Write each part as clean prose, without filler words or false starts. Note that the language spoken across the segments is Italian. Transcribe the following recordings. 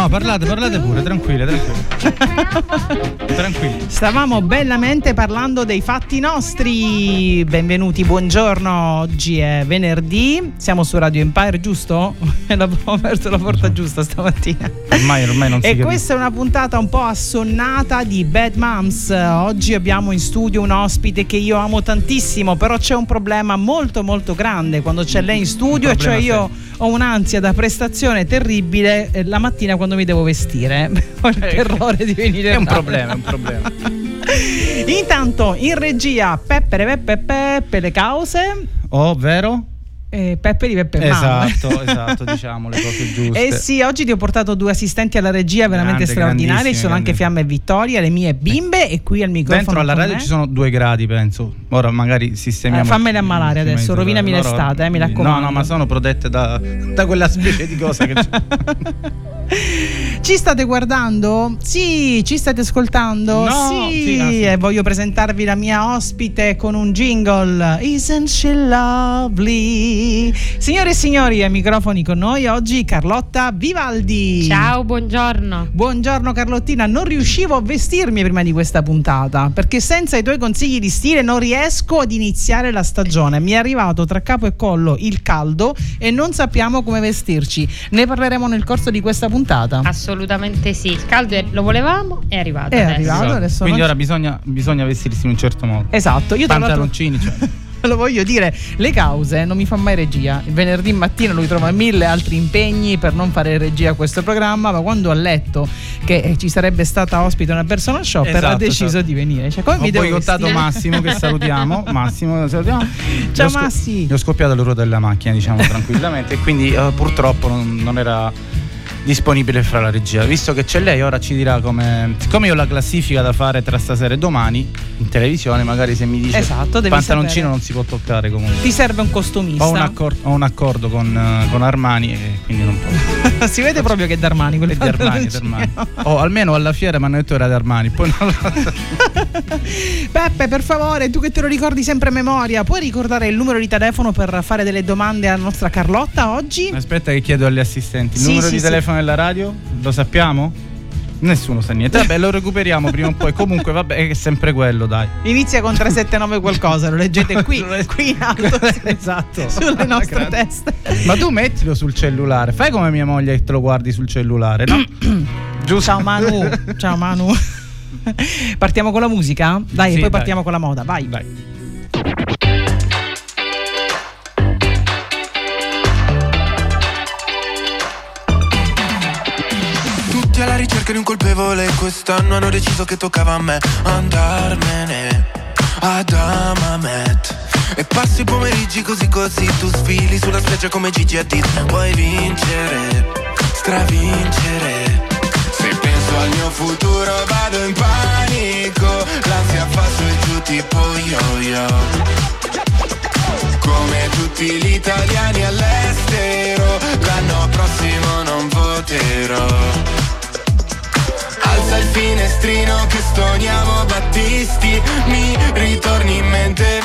No, parlate pure, tranquilli. Stavamo bellamente parlando dei fatti nostri. Benvenuti, buongiorno. Oggi è venerdì, siamo su Radio Empire, giusto? Abbiamo aperto la porta giusta stamattina. Ormai non si E capisce. questa è una puntata un po' assonnata di Bad Moms. Oggi abbiamo in studio un ospite che io amo tantissimo, però c'è un problema molto molto grande quando c'è lei in studio, e cioè io ho un'ansia da prestazione terribile la mattina quando mi devo vestire. Ho il terrore di venire. È un problema. Intanto in regia Peppe le cause. Oh, vero? Peppe di Peppe Mamma. Esatto, diciamo le cose giuste. Eh sì, oggi ti ho portato 2 assistenti alla regia veramente straordinari. Ci sono anche Fiamma e Vittoria, le mie bimbe, e qui al microfono dentro alla radio ci sono 2 gradi, penso. Ora magari sistemiamo. Fammele ammalare adesso, rovinami l'estate, mi raccomando. No, ma sono protette da quella specie di cosa che c'è. Ci state guardando? Sì, ci state ascoltando? No, sì. sì. E voglio presentarvi la mia ospite con un jingle. Isn't she lovely? Signore e signori, ai microfoni con noi oggi Carlotta Vivaldi. Ciao, buongiorno. Buongiorno Carlottina, non riuscivo a vestirmi prima di questa puntata perché senza i tuoi consigli di stile non riesco ad iniziare la stagione. Mi è arrivato tra capo e collo il caldo e non sappiamo come vestirci. Ne parleremo nel corso di questa puntata. Assolutamente sì, il caldo lo volevamo, è arrivato. Adesso Quindi non ora bisogna vestirsi in un certo modo. Esatto, io tra l'altro Pantaloncini, cioè. lo voglio dire, le cause non mi fa mai regia. Il venerdì mattina lui trova 1000 altri impegni per non fare regia a questo programma, ma quando ha letto che ci sarebbe stata ospite una personal shopper ha deciso di venire. Cioè, come ho mi devo boicottato vestire? Massimo, che salutiamo. Ciao Massi. Gli ho scoppiato le ruote della macchina, diciamo tranquillamente, e quindi purtroppo non era disponibile fra la regia. Visto che c'è lei, ora ci dirà come. Siccome io ho la classifica da fare tra stasera e domani in televisione, magari se mi dice devi pantaloncino sapere. non si può toccare comunque. Ti serve un costumista. Ho un accordo con Armani e quindi non posso. Si vede proprio che è d'Armani quel Armani. Oh, almeno alla fiera mi hanno detto era d'Armani. Poi Peppe, per favore, tu che te lo ricordi sempre a memoria, puoi ricordare il numero di telefono per fare delle domande alla nostra Carlotta oggi? Aspetta che chiedo agli assistenti. Il numero di telefono della radio? Lo sappiamo? Nessuno sa niente. Vabbè, lo recuperiamo prima o poi. Comunque, vabbè, è sempre quello, dai. Inizia con 379 qualcosa, lo leggete qui in alto. Esatto. Sulle nostre teste. Ma tu mettilo sul cellulare. Fai come mia moglie che te lo guardi sul cellulare, no? Giusto. Ciao Manu. Partiamo con la musica? Dai, sì, poi dai. partiamo con la moda, vai. Tutti alla ricerca di un colpevole, quest'anno hanno deciso che toccava a me andarmene ad Amamet. E passi i pomeriggi così, tu sfili sulla spiaggia come Gigi Hadid. Vuoi vincere, stravincere. Se penso al mio futuro vado in panico, l'ansia fa su e giù tipo yo-yo. Come tutti gli italiani all'estero, l'anno prossimo non voterò. Alza il finestrino che stoniamo Battisti, mi ritorni in mente.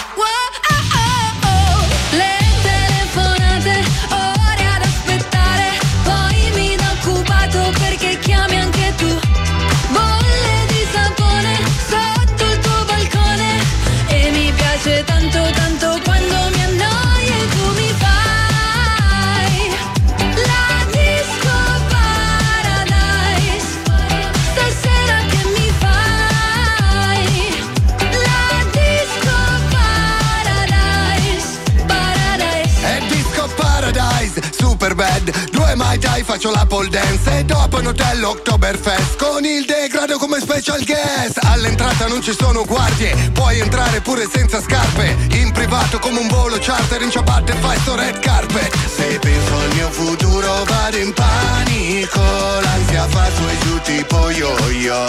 Le telefonate, ore ad aspettare, poi mi da occupato perché chiami anche tu. Bolle di sapone sotto il tuo balcone, e mi piace tanto tanto quando mi annoio e tu mi fai la disco paradise. Stasera che mi fai la disco paradise. È disco paradise, super bad. 2 Mai Tai, faccio la pole dance. E dopo in hotel Oktoberfest con il degrado come special guest. All'entrata non ci sono guardie, puoi entrare pure senza scarpe. In privato come un volo charter, in ciabatte fai sto red carpet. Se penso al mio futuro vado in panico, l'ansia fa su e giù tipo yo-yo.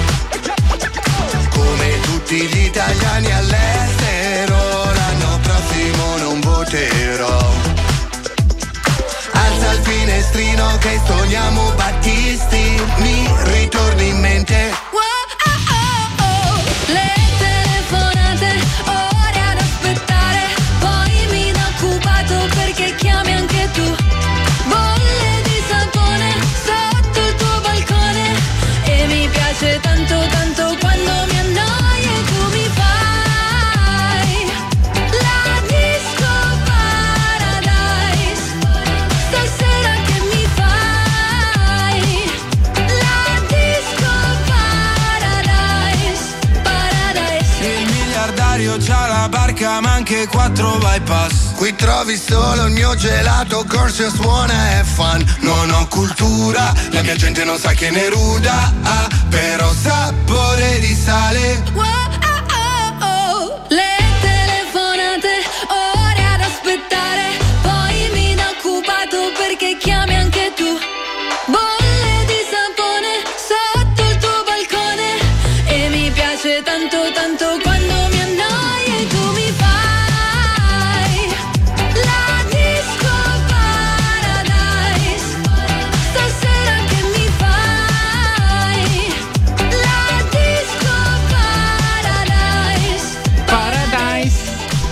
Come tutti gli italiani all'estero, l'anno prossimo non voterò. Alza il finestrino che stoniamo Battisti, mi ritorni in mente. Le telefonate, ore ad aspettare, poi mi da occupato perché chiami anche tu. Bolle di sapone sotto il tuo tanto tanto quando mi annoi e tu mi fai la disco paradise. Stasera che mi fai la disco paradise, paradise. Il miliardario c'ha la barca ma anche 4 bypass. Qui trovi solo il mio gelato, corso suona e fan. Non ho cultura, la mia gente non sa che ne ruda, però sapore di sale. Wow, le telefonate, ore ad aspettare, poi mi dà occupato perché chiami anche tu. Bolle di sapone sotto il tuo balcone e mi piace tanto tanto quando mi annoi e tu mi fai la disco paradise. Stasera che mi fai la disco paradise. Paradise.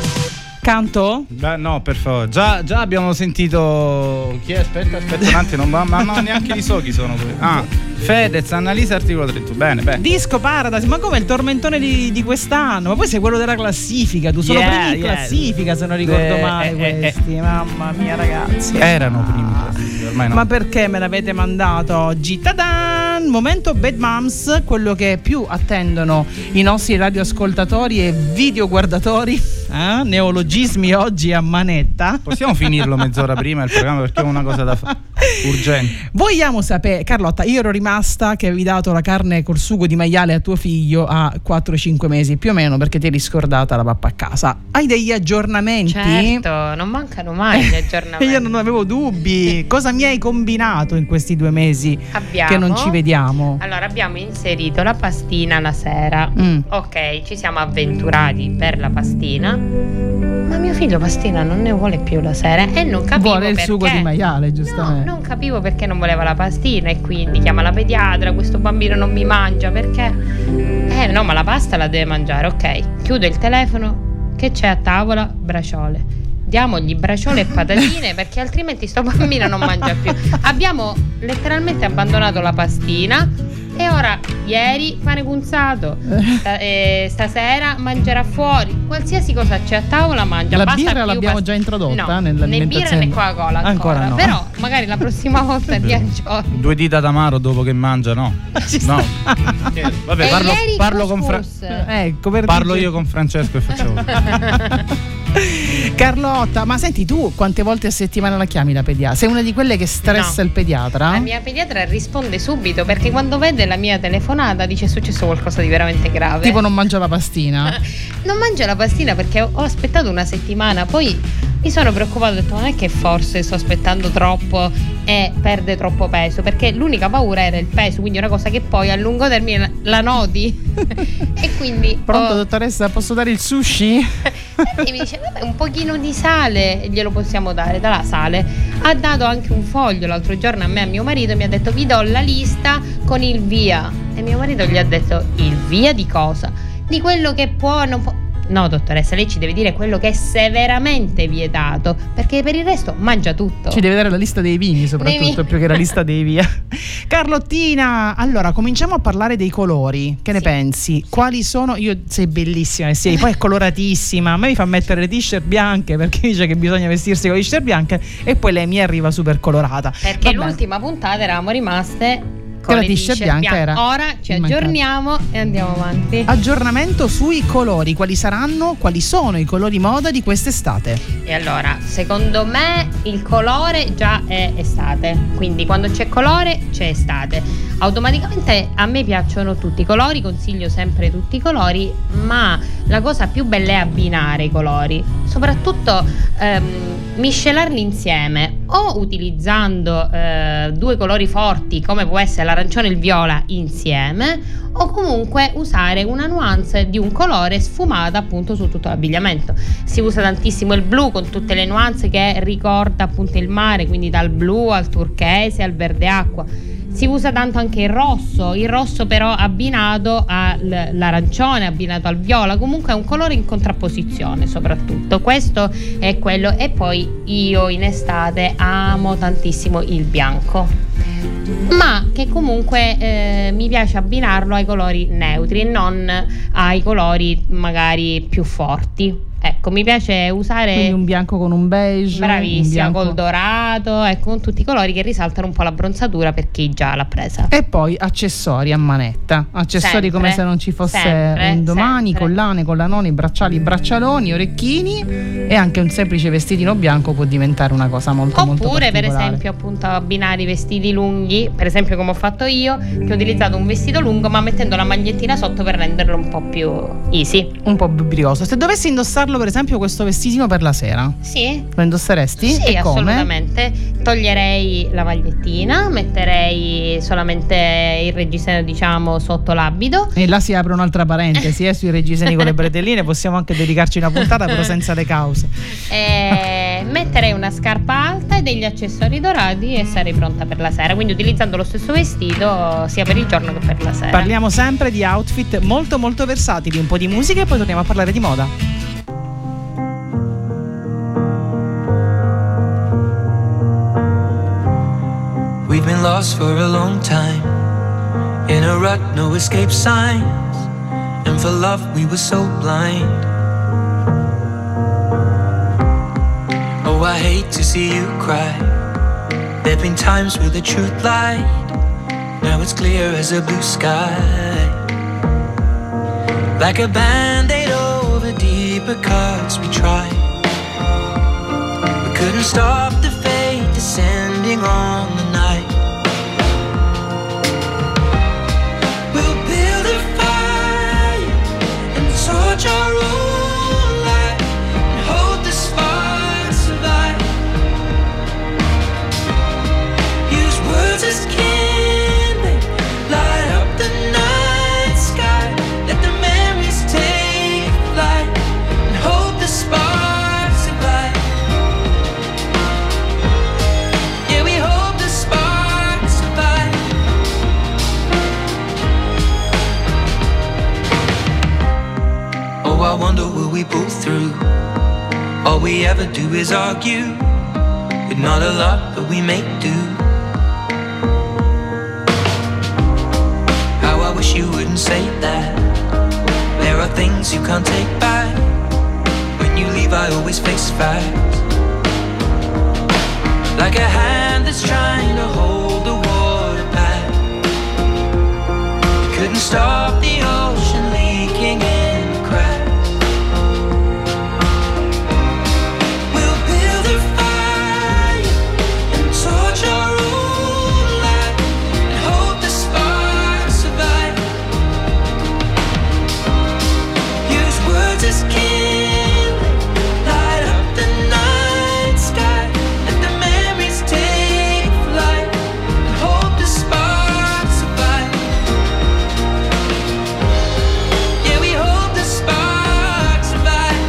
Canto? Beh, no, per favore. Già abbiamo sentito. Chi è? Aspetta un attimo, ma neanche li so chi sono quelli. Fedez, Annalisa, articolo 31. Bene. Disco Paradise, ma come il tormentone di quest'anno? Ma poi sei quello della classifica, tu sono primi in classifica, se non ricordo male questi. Mamma mia, ragazzi. Erano primi in classifica, ormai no. Ma perché me l'avete mandato oggi? Tadan! Momento Bad Moms, quello che più attendono i nostri radioascoltatori e videoguardatori. Neologismi oggi a manetta. Possiamo finirlo mezz'ora prima il programma perché ho una cosa da fare urgente. Vogliamo sapere, Carlotta, io ero rimasta che avevi dato la carne col sugo di maiale a tuo figlio a 4-5 mesi più o meno perché ti eri scordata la pappa a casa. Hai degli aggiornamenti? Certo, non mancano mai gli aggiornamenti. Io non avevo dubbi. Cosa mi hai combinato in questi 2 mesi che non ci vediamo? Allora, abbiamo inserito la pastina la sera. Ok, ci siamo avventurati per la pastina. Ma mio figlio pastina non ne vuole più la sera e non capivo vuole il perché. sugo di maiale, giustamente. No, non capivo perché non voleva la pastina e quindi chiama la pediatra, questo bambino non mi mangia perché? No, ma la pasta la deve mangiare, ok. Chiudo il telefono, che c'è a tavola? Braciole. Diamogli braciole e patatine perché altrimenti sto bambino non mangia più. Abbiamo letteralmente abbandonato la pastina. E ora, ieri pane punzato, stasera mangerà fuori, qualsiasi cosa c'è a tavola mangia. La basta birra l'abbiamo già introdotta né birra né Coca-Cola ancora no. Però magari la prossima volta ti aggiorno. 2 dita d'amaro dopo che mangia, no. No. Vabbè, parlo con parlo io con Francesco e facciamo. Carlotta, ma senti, tu quante volte a settimana la chiami la pediatra? Sei una di quelle che stressa il pediatra? La mia pediatra risponde subito perché quando vede la mia telefonata dice è successo qualcosa di veramente grave. Tipo non mangia la pastina? Non mangia la pastina perché ho aspettato una settimana, poi mi sono preoccupato, ho detto non è che forse sto aspettando troppo e perde troppo peso, perché l'unica paura era il peso, quindi una cosa che poi a lungo termine la noti. E quindi pronto dottoressa, posso dare il sushi? E mi dice vabbè, un pochino di sale glielo possiamo dare, dalla sale. Ha dato anche un foglio l'altro giorno a me e a mio marito, mi ha detto vi do la lista con il via, e mio marito gli ha detto il via di cosa? Di quello che può, non può. No dottoressa, lei ci deve dire quello che è severamente vietato, perché per il resto mangia tutto. Ci deve dare la lista dei vini soprattutto, più che la lista dei via. Carlottina, allora cominciamo a parlare dei colori. Che ne pensi? Quali sono? Sei bellissima, poi è coloratissima. A me mi fa mettere le t-shirt bianche perché dice che bisogna vestirsi con le t-shirt bianche e poi lei mi arriva super colorata. Perché l'ultima puntata eravamo rimaste con la t-shirt bianca era. Ora ci aggiorniamo e andiamo avanti. Aggiornamento sui colori. Quali saranno? Quali sono i colori moda di quest'estate? E allora, secondo me il colore già è estate. Quindi quando c'è colore c'è estate. Automaticamente a me piacciono tutti i colori, consiglio sempre tutti i colori, ma la cosa più bella è abbinare i colori, soprattutto miscelarli insieme o utilizzando 2 colori forti come può essere l'arancione e il viola insieme, o comunque usare una nuance di un colore sfumata appunto su tutto l'abbigliamento. Si usa tantissimo il blu con tutte le nuance che ricorda appunto il mare, quindi dal blu al turchese al verde acqua. Si usa tanto anche il rosso però abbinato all'arancione, abbinato al viola, comunque è un colore in contrapposizione soprattutto, questo è quello. E poi io in estate amo tantissimo il bianco. ma che comunque mi piace abbinarlo ai colori neutri e non ai colori magari più forti. Ecco, mi piace usare quindi un bianco con un beige, bravissima, col dorato, ecco, con tutti i colori che risaltano un po' l'abbronzatura per chi già l'ha presa. E poi accessori a manetta, accessori sempre, come se non ci fosse sempre, un domani, sempre. collane, collanoni, bracciali, braccialoni, orecchini, e anche un semplice vestitino bianco può diventare una cosa molto molto oppure per particolare. esempio appunto abbinare i vestiti lunghi, per esempio come ho fatto io, che ho utilizzato un vestito lungo ma mettendo la magliettina sotto per renderlo un po' più easy, un po' brioso. Se dovessi indossarlo per esempio questo vestitino per la sera, sì, lo indosseresti? sì, e come? assolutamente. Toglierei la magliettina, metterei solamente il reggiseno, diciamo, sotto l'abito. E là si apre un'altra parentesi sui reggiseni con le bretelline, possiamo anche dedicarci una puntata, però senza le cause. Metterei una scarpa alta e degli accessori dorati e sarei pronta per la sera, quindi utilizzando lo stesso vestito sia per il giorno che per la sera. Parliamo sempre di outfit molto molto versatili, un po' di musica e poi torniamo a parlare di moda. We've been lost for a long time, in a rut, no escape signs, and for love we were so blind. Oh, I hate to see you cry. There've been times where the truth lied, now it's clear as a blue sky. Like a band-aid over deeper cuts we tried. We couldn't stop the fate descending on the night. We'll build a fire and torch our own light and hope the sparks survive. Use words as kindling, light up the night sky. Let the memories take flight and hope the sparks survive. Yeah, we hope the sparks survive. Oh, I wonder will we pull through? All we ever do is argue, with not a lot but we make do. How I wish you wouldn't say that. There are things you can't take back. When you leave I always face facts. Like a hand that's trying to hold the water back. Couldn't stop the ocean leaking in the cracks. We'll build a fire and torch our own light and hope the sparks survive. Use words as kindling, light up the night sky. Let the memories take flight and hope the sparks survive. Yeah, we hope the sparks survive.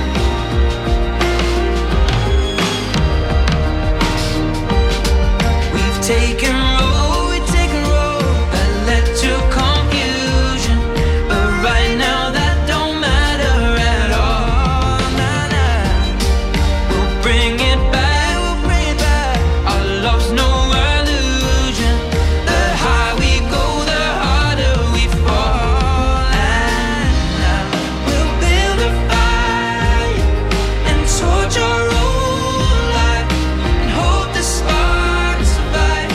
We've taken road that led to confusion, but right now that don't matter at all. Nah, nah. We'll bring it back, our love's no illusion. The higher we go, the harder we fall. Nah, we'll build a fire and torch our own light and hope the sparks survive.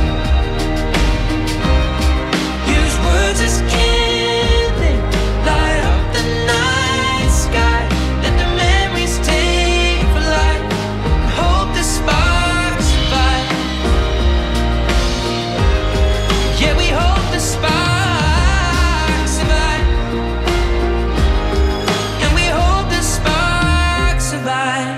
Use words as kindling, light up the night sky. Let the memories take flight and hope the sparks survive. Yeah, we hope the sparks survive. And we hope the sparks survive.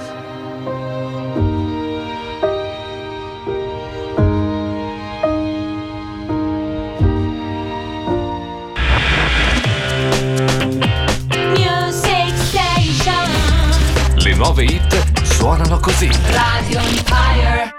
Music Station. Le nuove hit suonano così. Radio Empire.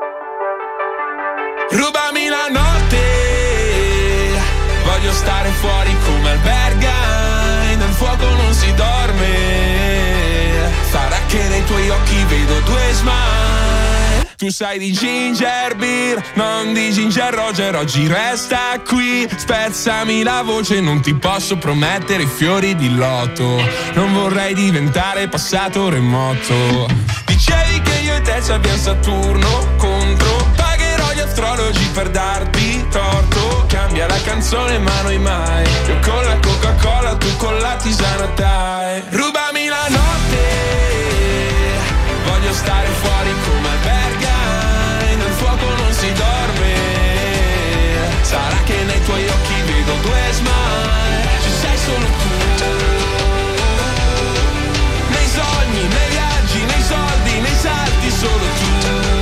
Rubami la notte, voglio stare fuori come al Berghain, nel fuoco non si dorme, sarà che nei tuoi occhi vedo due smile. Tu sai di ginger beer, non di ginger Roger. Oggi resta qui, spezzami la voce. Non ti posso promettere fiori di loto, non vorrei diventare passato remoto. Dicevi che io e te ci abbiamo Saturno contro. Pagherò gli astrologi per darti torto. Cambia la canzone ma noi mai. Io con la Coca-Cola, tu con la tisana Thai. Rubami la notte, voglio stare fuori come Berghain. Nel fuoco non si dorme. Sarà che nei tuoi occhi vedo due smile. Ci sei solo tu. Nei sogni, nei viaggi, nei soldi, nei salti, solo tu.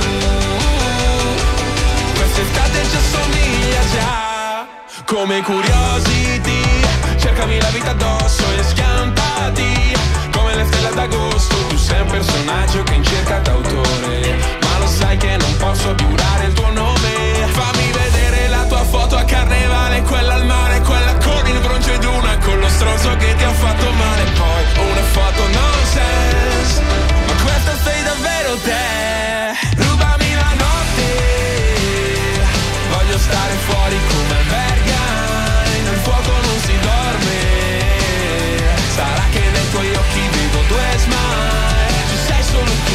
Quest'estate ci assomiglia già. Come Curiosity, cercami la vita addosso e schiantati. Come le stelle d'agosto, tu sei un personaggio che in cerca d'autore. Ma lo sai che non posso abiurare il tuo nome. Fammi vedere la tua foto a carnevale, quella al mare, quella con il bronzo d'una, con lo stronzo che ti ha fatto male. Poi una foto nonsense, ma questa sei davvero te. Rubami la notte, voglio stare fuori come Berghain. Nel fuoco non si dorme. Sarà che nei tuoi occhi vedo due smile. Ci sei solo tu.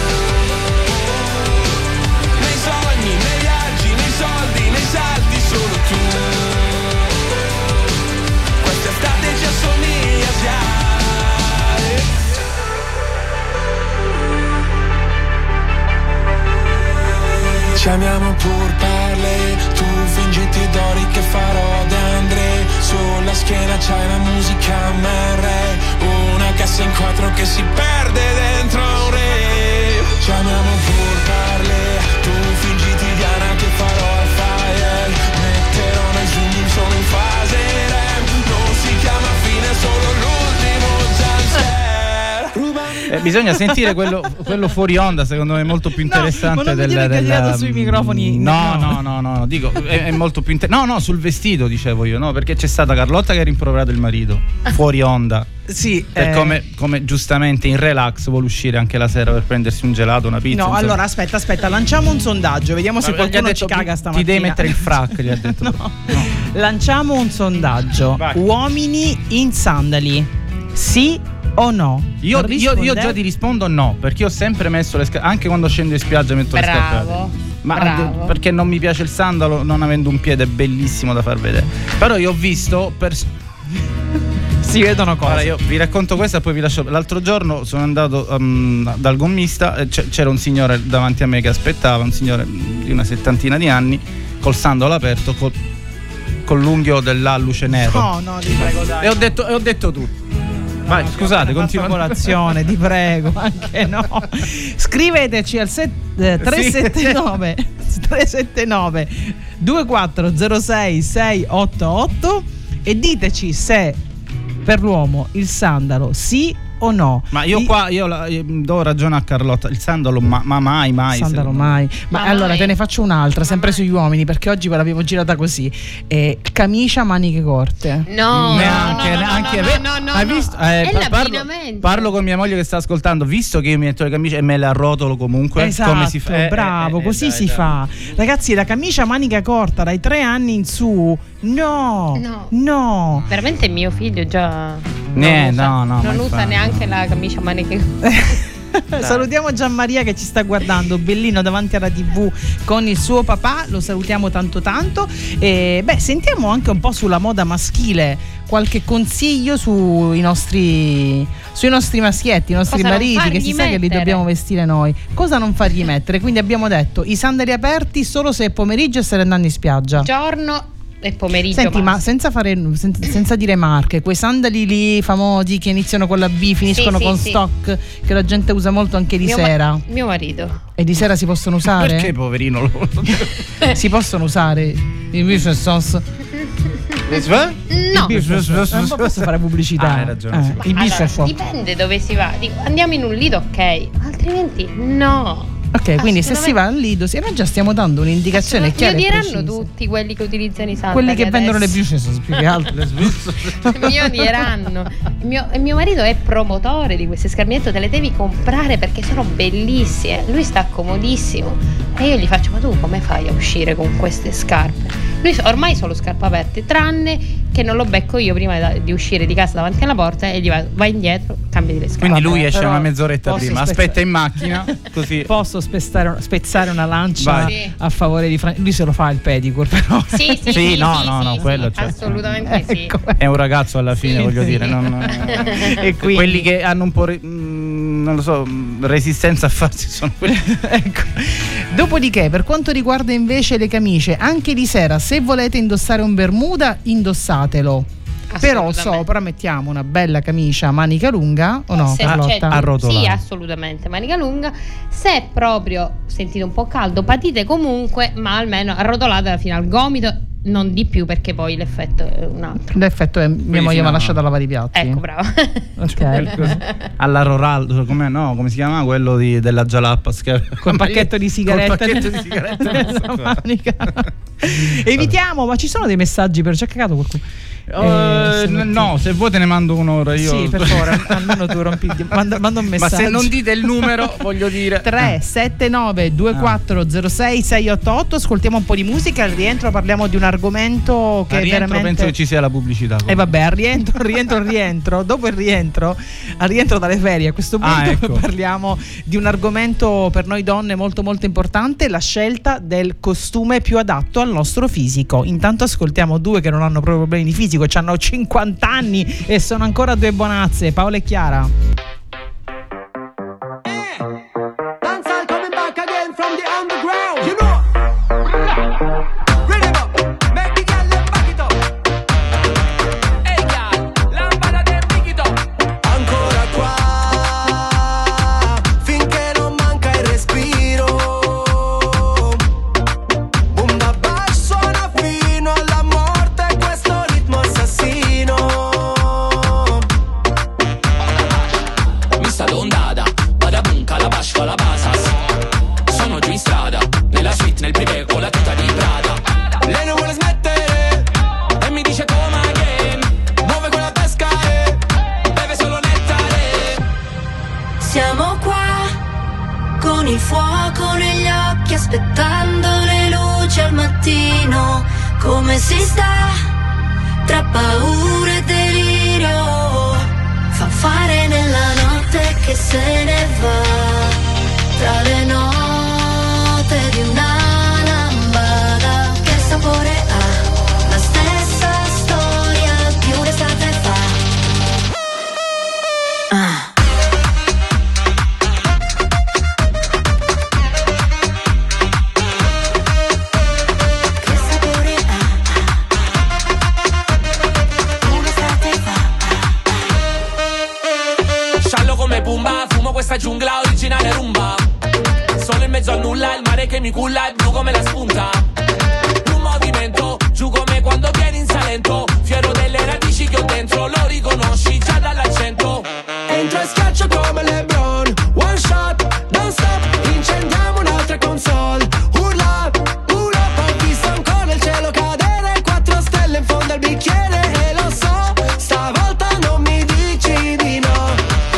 Nei sogni, nei viaggi, nei soldi, nei salti, solo tu. Quest'estate ci assomiglia già. Ci amiamo pur parle, tu fingiti d'ori che farò d'Andre. Sulla schiena c'hai la musica MR, una cassa in quattro che si perde dentro un re. Ci amiamo pur parle, tu fingiti Diana che farò al fire. Metterò nel zoom solo in fase REM, non si chiama fine, solo l'ultimo jumpscare. Bisogna sentire quello fuori onda, secondo me è molto più interessante. No, del sui microfoni. No, dico è molto più no, sul vestito dicevo io, no, perché c'è stata Carlotta che ha rimproverato il marito fuori onda. Sì, come giustamente in relax vuole uscire anche la sera per prendersi un gelato, una pizza. No, insomma. allora aspetta, lanciamo un sondaggio, vediamo se qualcuno ci caga stamattina. Ti devi mettere il frac, gli ha detto. No. Lanciamo un sondaggio. Vai. Uomini in sandali, sì o no? Io già ti rispondo no, perché ho sempre messo le scarpe, anche quando scendo in spiaggia metto le scarpe. Bravo. Perché non mi piace il sandalo, non avendo un piede bellissimo da far vedere. Però io ho visto si vedono cose. Ora io vi racconto questa e poi vi lascio. L'altro giorno sono andato dal gommista e c'era un signore davanti a me che aspettava, un signore di una settantina di anni, col sandalo aperto, con l'unghio dell'alluce nero. No, ti prego, dai. E ho detto tutto. Vai, scusate, continua. Colazione, ti prego, anche no. Scriveteci al 379 2406 688 e diteci se per l'uomo il sandalo sì o no. Ma io do ragione a Carlotta, il sandalo ma mai sandalo mai. Ma allora mai. te ne faccio un'altra, sempre sugli uomini, perché oggi ve l'avevo girata così. Camicia maniche corte. No, neanche. Hai visto? È l'abbinamento. Parlo con mia moglie che sta ascoltando, visto che io mi metto le camicie e me le arrotolo comunque. Esatto, come si fa? bravo, così si fa. Ragazzi, la camicia manica corta dai 3 anni in su. No. Veramente mio figlio già non usa neanche la camicia maniche corte. Salutiamo Gianmaria che ci sta guardando bellino davanti alla TV con il suo papà, lo salutiamo tanto e sentiamo anche un po' sulla moda maschile, qualche consiglio sui nostri maschietti, i nostri mariti, che si sa che li dobbiamo vestire noi, cosa non fargli mettere. Quindi abbiamo detto i sandali aperti solo se è pomeriggio e se ne andando in spiaggia, Giorno e pomeriggio. Senti, ma senza dire marche, quei sandali lì famosi che iniziano con la B, finiscono con stock, che la gente usa molto anche di sera. Mio marito. E di sera si possono usare? Perché poverino? Si possono usare i business sauce? No, non posso fare pubblicità. Hai ragione. I business sauce. Dipende dove si va. Dico, andiamo in un lido, ok, altrimenti no. Ok, quindi se si va al Lido, noi già stiamo dando un'indicazione Mi chiara e odieranno precisa. tutti quelli che utilizzano i sandali. Quelli che vendono le adesso. più più che altro. Mi odieranno. Mio marito è promotore di queste scarpette, te le devi comprare perché sono bellissime. Lui sta comodissimo e io gli faccio: ma tu come fai a uscire con queste scarpe? Lui ormai solo scarpe aperte, tranne che non lo becco io prima di uscire di casa davanti alla porta e gli vai indietro, cambiati le scarpe. Quindi lui Vabbè, esce però una mezz'oretta posso prima, aspetta in macchina, così. Posso spezzare una lancia Vai. a favore di lui se lo fa il pedicure, però. Sì, no, quello certo. assolutamente sì. Ecco. È un ragazzo alla fine, Sì, voglio sì. dire. E quindi- Quelli che hanno un po' non lo so, resistenza a farsi sono quelli. Ecco. Dopodiché, per quanto riguarda invece le camicie, anche di sera, se volete indossare un bermuda, indossatelo. Però Assolutamente. sopra mettiamo una bella camicia a manica lunga o no, Se Carlotta? c'è- Arrotolata. Sì, assolutamente, manica lunga. Se proprio sentite un po' caldo, patite comunque, ma almeno arrotolata fino al gomito, non di più, perché poi l'effetto è un altro. L'effetto è mia moglie mi fino ha a- lasciato a lavare i piatti. Ecco, bravo. Ok. Alla Roraldo, come si chiama quello della Jalapas? Col pacchetto di sigarette Col pacchetto di sigarette nella manica. Evitiamo, ma ci sono dei messaggi per c'è cagato qualcuno? No, se vuoi te ne mando un'ora io. Sì, per favore, almeno tu rompi. Manda un Ma messaggio. se non dite il numero, voglio dire 379 2406 688. Ascoltiamo un po' di musica. Al rientro parliamo di un argomento che al è rientro veramente. penso che ci sia la pubblicità. E vabbè, al rientro, dopo il rientro dalle ferie, a questo punto ecco. parliamo di un argomento per noi donne molto molto importante, la scelta del costume più adatto al nostro fisico. Intanto ascoltiamo due che non hanno proprio problemi di fisico, hanno 50 anni e sono ancora due buonazze, Paola e Chiara. Dancehall coming back again from the underground. You know. Rhythm up, make the girl them back it up. Hey girl, lampada dem pick it up. Ancora qua, finché non manca il respiro. Boom da bash suona fino alla morte, questo ritmo assassino. Vista d'ondata, badabum, calabash con la basas. Sono giù in strada, nella suite, nel privé con la tuta di Prada. Lei non vuole smettere E mi dice come again, muove quella pesca e beve solo nettare. Siamo qua con il fuoco negli occhi, aspettando le luci al mattino. Come si sta tra paura e delirio? Fa fare nella notte che se ne va, tra le note di una lambada. Che sapore ha? La stessa storia di un'estate fa. Che sapore ha? Un'estate fa. Sciallo come Pumba, fumo questa giungla originale rumba. Solo in mezzo al nulla, il mare che mi culla è blu come la spunta. Un movimento, giù come quando vieni in Salento. Fiero delle radici che ho dentro, lo riconosci già dall'accento. entra e schiaccia come LeBron. One shot, non stop, incendiamo un'altra console. Urla, urla, ho visto ancora il cielo cadere. 4 stelle in fondo al bicchiere e lo so, stavolta non mi dici di no.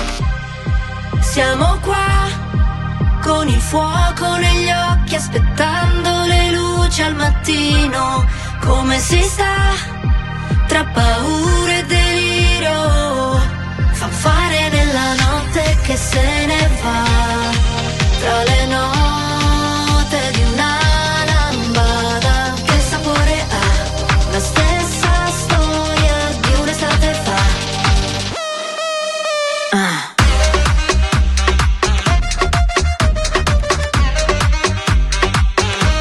Siamo qua con il fuoco negli occhi, aspettando le luci al mattino. Come si sta tra paura e delirio? Fa fare nella notte che se ne va, tra le note di una lambada. Che sapore ha? La stessa storia di un'estate fa.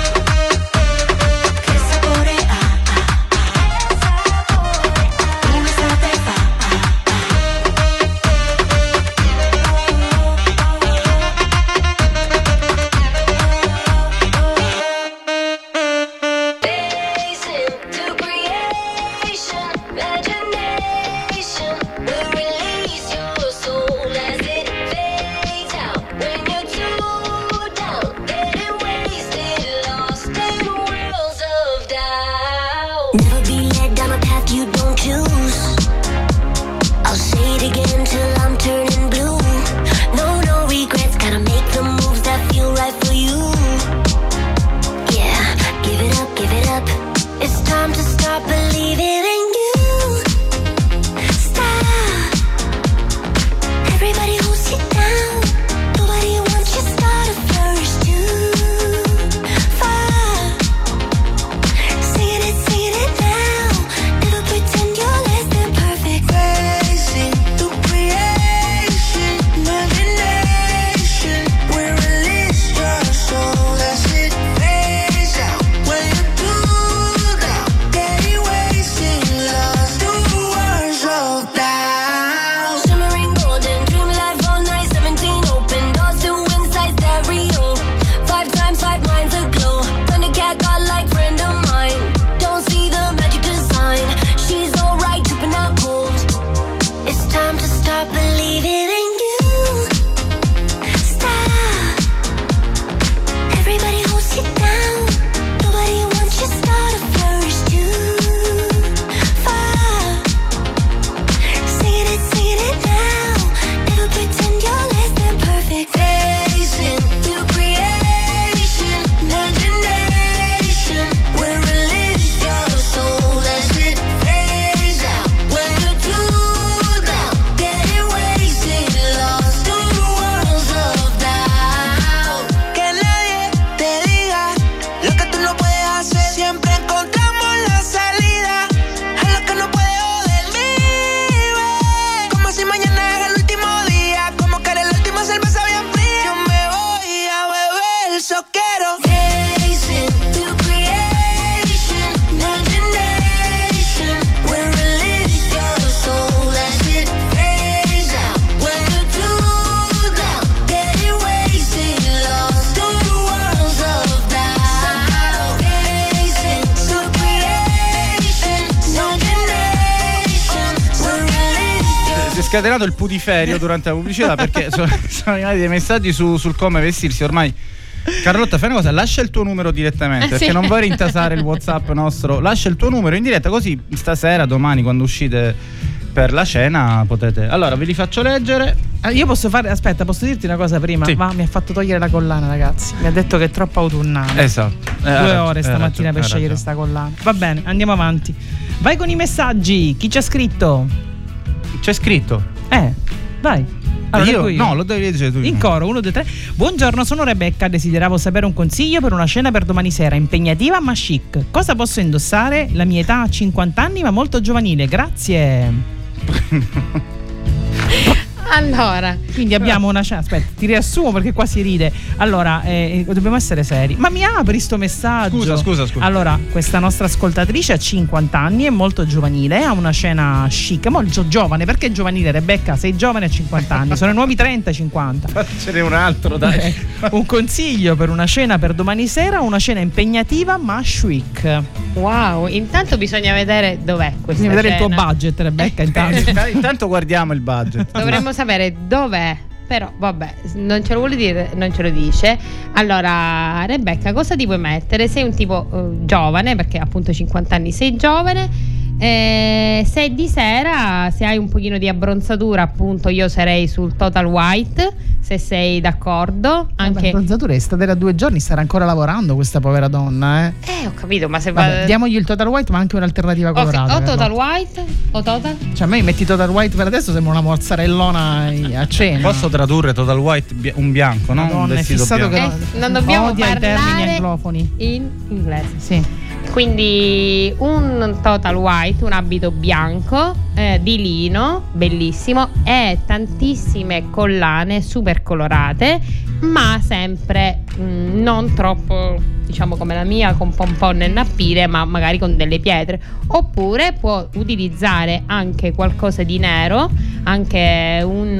Che sapore ha? Un'estate of doubt. Shimmering golden, dream life all night. 17 open doors to inside stereo. 5 times 5 minds aglow. Thundercat godlike friend of mine. Don't see the magic design. She's alright, tripping out cold. It's time to start believing in you. Stop. Everybody hold it down. Nobody wants you start to flourish too far. Singing it now. Never pretend you're less than perfect. Facing new creation, imagination. We're release your soul as it fades out. When you're too down, getting wasted, lost in the worlds of doubt. Que nadie te diga lo que tú no puedes hacer. Siempre encontramos la salida a lo que no puede joderme. Como si mañana es el último día, como que era la última cerveza bien fría. Yo me voy a beber, so quiero. Facing new creation, imagination. We're release your soul as it fades out. When you're too down, getting wasted, lost in the worlds of doubt. Facing new creation, imagination. We're release your Si è scatenato il putiferio durante la pubblicità perché sono arrivati dei messaggi sul come vestirsi. Ormai, Carlotta, fai una cosa, lascia il tuo numero direttamente, perché Sì. non vuoi rintasare il WhatsApp nostro. Lascia il tuo numero in diretta, così stasera, domani, quando uscite per la cena, potete. Allora, ve li faccio leggere. Io posso fare, aspetta, posso dirti una cosa prima? Sì. Ma mi ha fatto togliere la collana, ragazzi. Mi ha detto che è troppo autunnale. Esatto. 2 ore stamattina per scegliere sta collana. Va bene, andiamo avanti. Vai con i messaggi. Chi ci ha scritto? C'è scritto. Vai. Allora, leggo io. No, lo devi leggere tu. In coro, 1, 2, 3. Buongiorno, sono Rebecca. Desideravo sapere un consiglio per una cena per domani sera, impegnativa ma chic. Cosa posso indossare? La mia età ha 50 anni ma molto giovanile. Grazie. Allora, Quindi abbiamo una cena. Aspetta, ti riassumo perché qua si ride. Allora, dobbiamo essere seri. Ma mi apri sto messaggio? Scusa. Allora, questa nostra ascoltatrice ha 50 anni, è molto giovanile, ha una cena chic, molto giovane. Perché giovanile, Rebecca? Sei giovane a 50 anni, sono i nuovi 30-50. Ce n'è un altro, dai. Un consiglio per una cena per domani sera, una cena impegnativa ma chic. wow, intanto bisogna vedere dov'è questa Bisogna vedere il tuo cena. budget, Rebecca, intanto. Intanto guardiamo il budget. Dovremmo sapere dov'è, però vabbè, non ce lo vuole dire, non ce lo dice. Allora, Rebecca, cosa ti puoi mettere? Sei un tipo giovane, perché appunto 50 anni sei giovane. Se di sera, se hai un pochino di abbronzatura, appunto io sarei sul Total White, se sei d'accordo. Anche L'abbronzatura è stata da 2 giorni, starà ancora lavorando questa povera donna, ho capito, ma se Vabbè, diamogli il Total White, ma anche un'alternativa Ok, colorata. o Total Carlotta. White o Total? Cioè, a me metti Total White per adesso, sembra una mozzarellona a cena. Posso tradurre Total White un bianco, no? Madonna, Un è vestito fissato bianco. che Non dobbiamo odia i termini parlare anglofoni. in inglese. Sì. Quindi un Total White, un abito bianco di lino, bellissimo, e tantissime collane super colorate, ma sempre non troppo, diciamo come la mia, con pompon e nappire, ma magari con delle pietre. Oppure può utilizzare anche qualcosa di nero, anche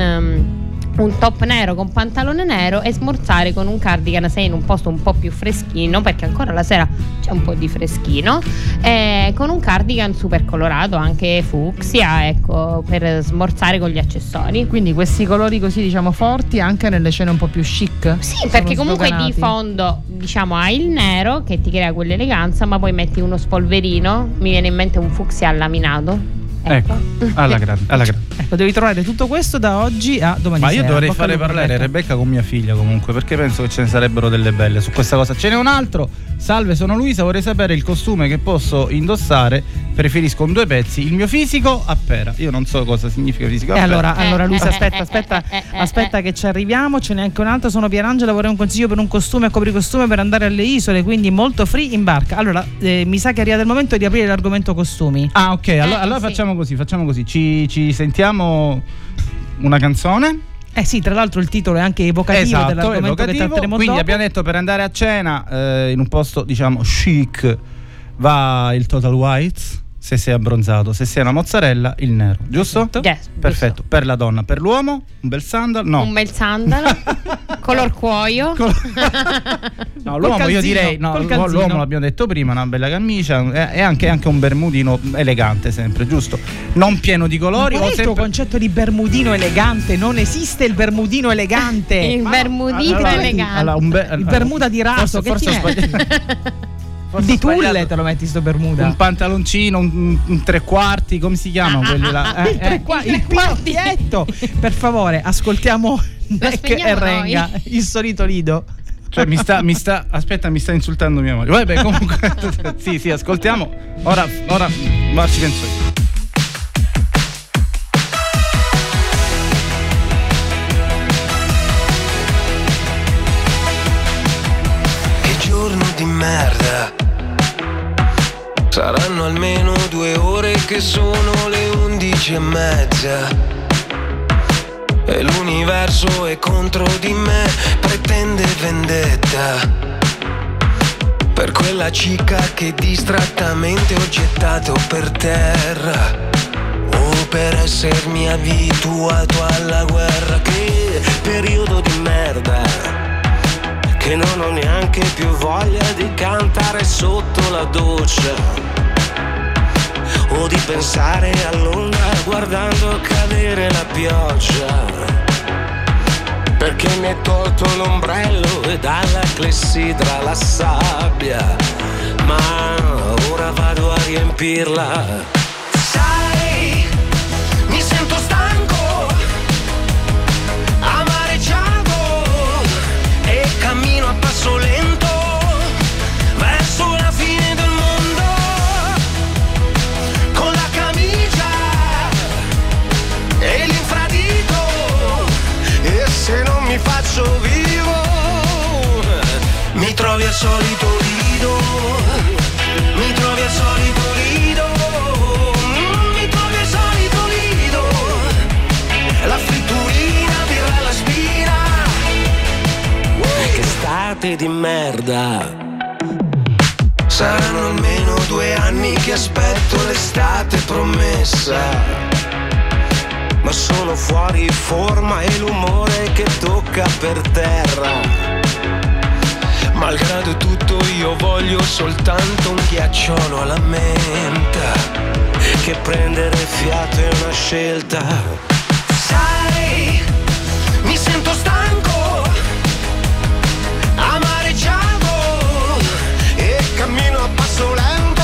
un top nero con pantalone nero, e smorzare con un cardigan se in un posto un po' più freschino, perché ancora la sera c'è un po' di freschino, con un cardigan super colorato, anche fucsia, ecco, per smorzare con gli accessori. Quindi questi colori così, diciamo, forti anche nelle scene un po' più chic. Sì, perché Sono comunque sdoganati. di fondo, diciamo, hai il nero che ti crea quell'eleganza, ma poi metti uno spolverino, mi viene in mente un fucsia laminato. Ecco, alla grande. Ecco, devi trovare tutto questo da oggi a domani Ma sera. io dovrei Bocca al fare lupo, parlare Rebecca con mia figlia, comunque, perché penso che ce ne sarebbero delle belle su questa cosa. Ce n'è un altro. Salve, sono Luisa, vorrei sapere il costume che posso indossare. Preferisco un 2 pezzi, il mio fisico a pera. Io non so cosa significa fisico a pera. Allora Luisa, aspetta che ci arriviamo. Ce n'è anche un altro. Sono Pierangela, vorrei un consiglio per un costume e copricostume per andare alle isole, quindi molto free in barca. Allora, mi sa che è arrivato il momento di aprire l'argomento costumi. Ah, ok, allora sì. facciamo così. Ci sentiamo una canzone. Eh sì, tra l'altro il titolo è anche evocativo Esatto, dell'argomento che tratteremo quindi dopo. abbiamo detto, per andare a cena in un posto, diciamo, chic, va il Total White. se sei abbronzato, se sei una mozzarella il nero, giusto? Yes, Perfetto. giusto. Per la donna, per l'uomo un bel sandalo, no. Un bel sandalo, color cuoio. No, l'uomo calzino, io direi, no, col calzino. l'uomo l'abbiamo detto prima, una bella camicia e anche un bermudino elegante sempre, giusto? Non pieno di colori. Qual è il tuo sempre... concetto di bermudino elegante? Non esiste il bermudino elegante. Il bermudino allora, elegante. allora, Il bermuda di raso, forse che ho ti sbagliato. Forse di ho sbagliato. tulle te lo metti sto bermuda. Un pantaloncino, un tre quarti, come si chiamano quelli là? Il pinocchietto. Per favore, ascoltiamo Neck e spegniamo Renga, noi. il solito lido. Cioè mi sta insultando mia moglie. Vabbè, comunque sì, ascoltiamo. Ora ma ci penso io. Che giorno di merda. Saranno almeno 2 ore che sono le 11:30. E l'universo è contro di me, pretende vendetta per quella cica che distrattamente ho gettato per terra, o per essermi abituato alla guerra. Che periodo di merda, che non ho neanche più voglia di cantare sotto la doccia, o di pensare all'onda guardando cadere la pioggia, perché mi hai tolto l'ombrello e dalla clessidra la sabbia, ma ora vado a riempirla. Sai, mi sento stanco, amareggiato, e cammino a passo lento verso la fine del mondo, con la camicia e l'infradito, e se non mi faccio vivo mi trovi al solito lido, mi trovi al solito lido, mi trovi al solito lido, la fritturina birra alla spina. Che estate di merda. Saranno almeno 2 anni che aspetto l'estate promessa, ma sono fuori forma e l'umore che tocca per terra. Malgrado tutto io voglio soltanto un ghiacciolo alla menta, che prendere fiato è una scelta. Sai, mi sento stanco, amareggiato, e cammino a passo lento.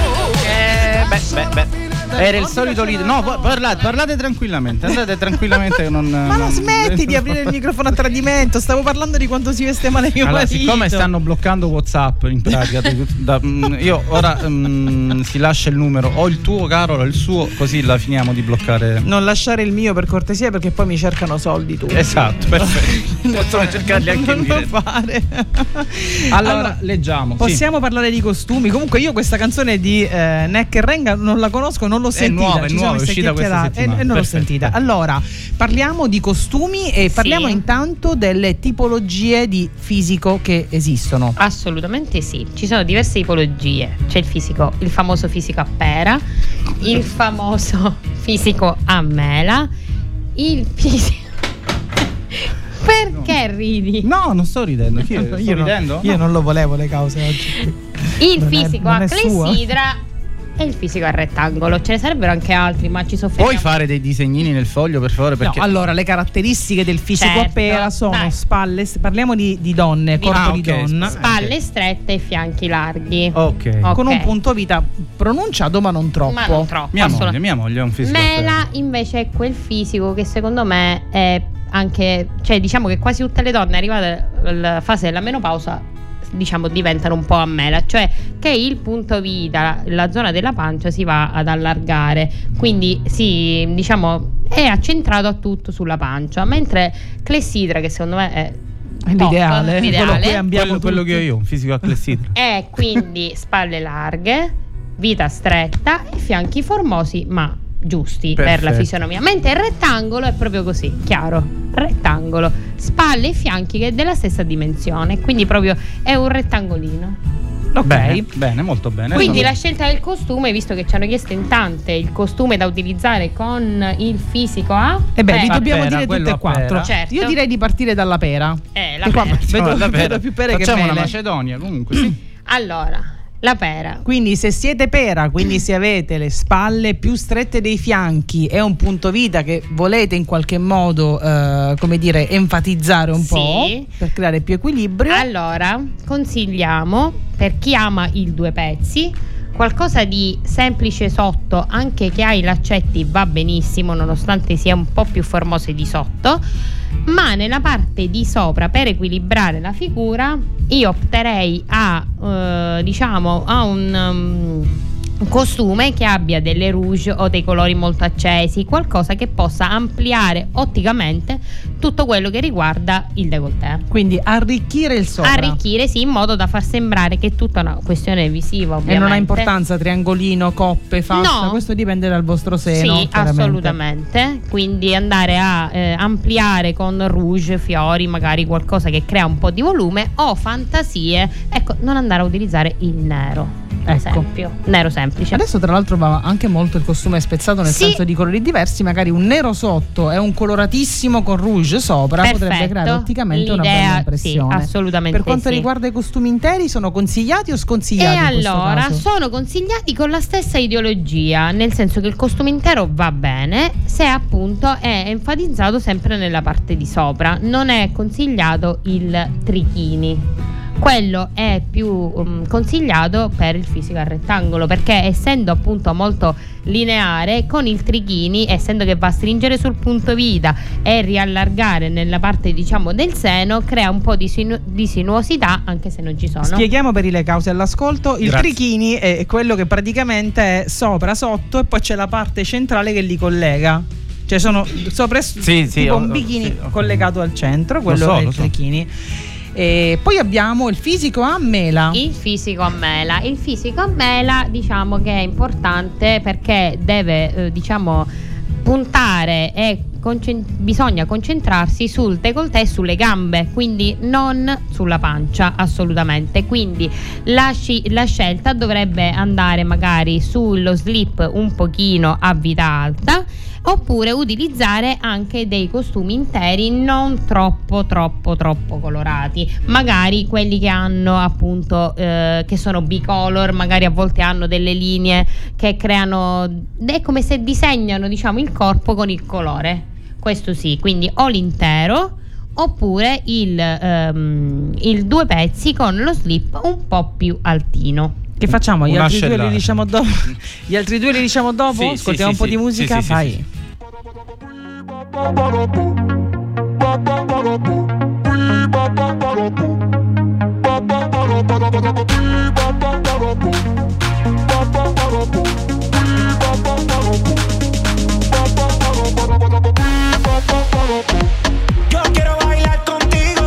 Beh. Era il solito leader. No, parlate tranquillamente. Andate tranquillamente. Ma la smetti di aprire il microfono a tradimento. Stavo parlando di quanto si veste male mio allora, marito. siccome stanno bloccando WhatsApp in pratica, io ora si lascia il numero, o il tuo Carolo, il suo, così la finiamo di bloccare. Non lasciare il mio per cortesia, perché poi mi cercano soldi tu. Esatto, perfetto. Possono cercarli anche in diretta. fare. Allora, leggiamo. Possiamo parlare di costumi. Comunque io questa canzone di Neck e Renga non la conosco, non l'ho sentita. È Ci nuova, siamo è uscita questa chiacchierate settimana. e non l'ho Perfetto. sentita. Allora, parliamo di costumi e parliamo Sì. intanto delle tipologie di fisico che esistono. Assolutamente sì, ci sono diverse tipologie. C'è il famoso fisico a pera, il famoso fisico a mela, il fisico... Perché ridi? No, non sto ridendo. Chi è? Sto ridendo? Io non lo volevo le cause oggi. Il Non è- fisico non a è sua? clessidra e il fisico a rettangolo. Ce ne sarebbero anche altri, ma ci soffermiamo. Puoi fare dei disegnini nel foglio, per favore? Perché No, allora le caratteristiche del fisico Certo, a pera sono dai. spalle, parliamo di donne, corpo di ok, donna, Spalle Ok. strette e fianchi larghi. Ok. Ok. con un punto vita pronunciato ma non troppo. Ma non troppo. Mia assolutamente. moglie è un fisico. Mela invece è quel fisico che secondo me è anche, cioè diciamo che quasi tutte le donne arrivate alla fase della menopausa, diciamo, diventano un po' a mela, cioè che il punto vita, la zona della pancia si va ad allargare, quindi diciamo è accentrato a tutto sulla pancia, mentre clessidra, che secondo me è L'ideale, quello a cui ambiamo quello tutti. che ho io, un fisico a clessidra. è quindi spalle larghe, vita stretta e fianchi formosi ma giusti per la Perfetto. fisionomia, mentre il rettangolo è proprio così, chiaro, rettangolo, spalle e fianchi che è della stessa dimensione, quindi proprio è un rettangolino. Ok. Bene, molto bene. Quindi la scelta del costume, visto che ci hanno chiesto in tante il costume da utilizzare con il fisico A. E beh, li a dobbiamo pera, dire tutte quello e a quattro. pera. Certo. Io direi di partire dalla pera. La Che qua pera. vedo più pere che Facciamo una mele. Macedonia, comunque, sì. Allora, la pera. Quindi se siete pera, quindi se avete le spalle più strette dei fianchi e un punto vita che volete in qualche modo come dire enfatizzare un Sì. po' per creare più equilibrio, Allora, consigliamo, per chi ama il 2 pezzi, qualcosa di semplice sotto, anche che ha i laccetti va benissimo, nonostante sia un po' più formoso di sotto, ma nella parte di sopra, per equilibrare la figura, io opterei a un costume che abbia delle rouge o dei colori molto accesi, qualcosa che possa ampliare otticamente tutto quello che riguarda il décolleté. quindi arricchire il sopra. Arricchire, sì, in modo da far sembrare che è tutta una questione visiva, E ovviamente. non ha importanza triangolino, coppe, fascia, No. questo dipende dal vostro seno. Sì, chiaramente. assolutamente. Quindi andare a ampliare con rouge, fiori, magari qualcosa che crea un po' di volume, o fantasie. Ecco, non andare a utilizzare il nero, per Ecco. esempio. Nero semplice. Adesso tra l'altro va anche molto il costume spezzato, nel Sì. senso di colori diversi, magari un nero sotto e un coloratissimo con rouge sopra potrebbe Perfetto. creare otticamente una L'idea, bella impressione. sì, assolutamente Per quanto sì. riguarda i costumi interi, sono consigliati o E sconsigliati in questo allora caso? sono consigliati con la stessa ideologia, nel senso che il costume intero va bene se appunto è enfatizzato sempre nella parte di sopra. Non è consigliato il trichini. Quello è più consigliato per il fisico a rettangolo, perché essendo appunto molto lineare, con il trichini, essendo che va a stringere sul punto vita e riallargare nella parte diciamo del seno, crea un po' di sinuosità, anche se non ci sono. Spieghiamo per le cause all'ascolto. Il Grazie. trichini è quello che praticamente è sopra, sotto e poi c'è la parte centrale che li collega. Cioè sono sopra e Sì, tipo un bikini sì, ok. collegato al centro, quello so, è il lo so. trichini. E poi abbiamo il fisico a mela. Il fisico a mela. Il fisico a mela diciamo che è importante perché deve puntare e bisogna concentrarsi sul décolleté e sulle gambe, quindi non sulla pancia assolutamente. Quindi la scelta dovrebbe andare magari sullo slip un pochino a vita alta, oppure utilizzare anche dei costumi interi non troppo colorati, magari quelli che hanno appunto che sono bicolor, magari a volte hanno delle linee che creano, è come se disegnano diciamo il corpo con il colore, questo sì. Quindi o l'intero oppure il 2 pezzi con lo slip un po' più altino. Che facciamo? Gli Una altri due li ascellata. diciamo dopo? Gli altri due li diciamo dopo? Sì, Ascoltiamo sì, un po' sì, di musica? sì, sì, Vai. sì. Yo quiero bailar contigo.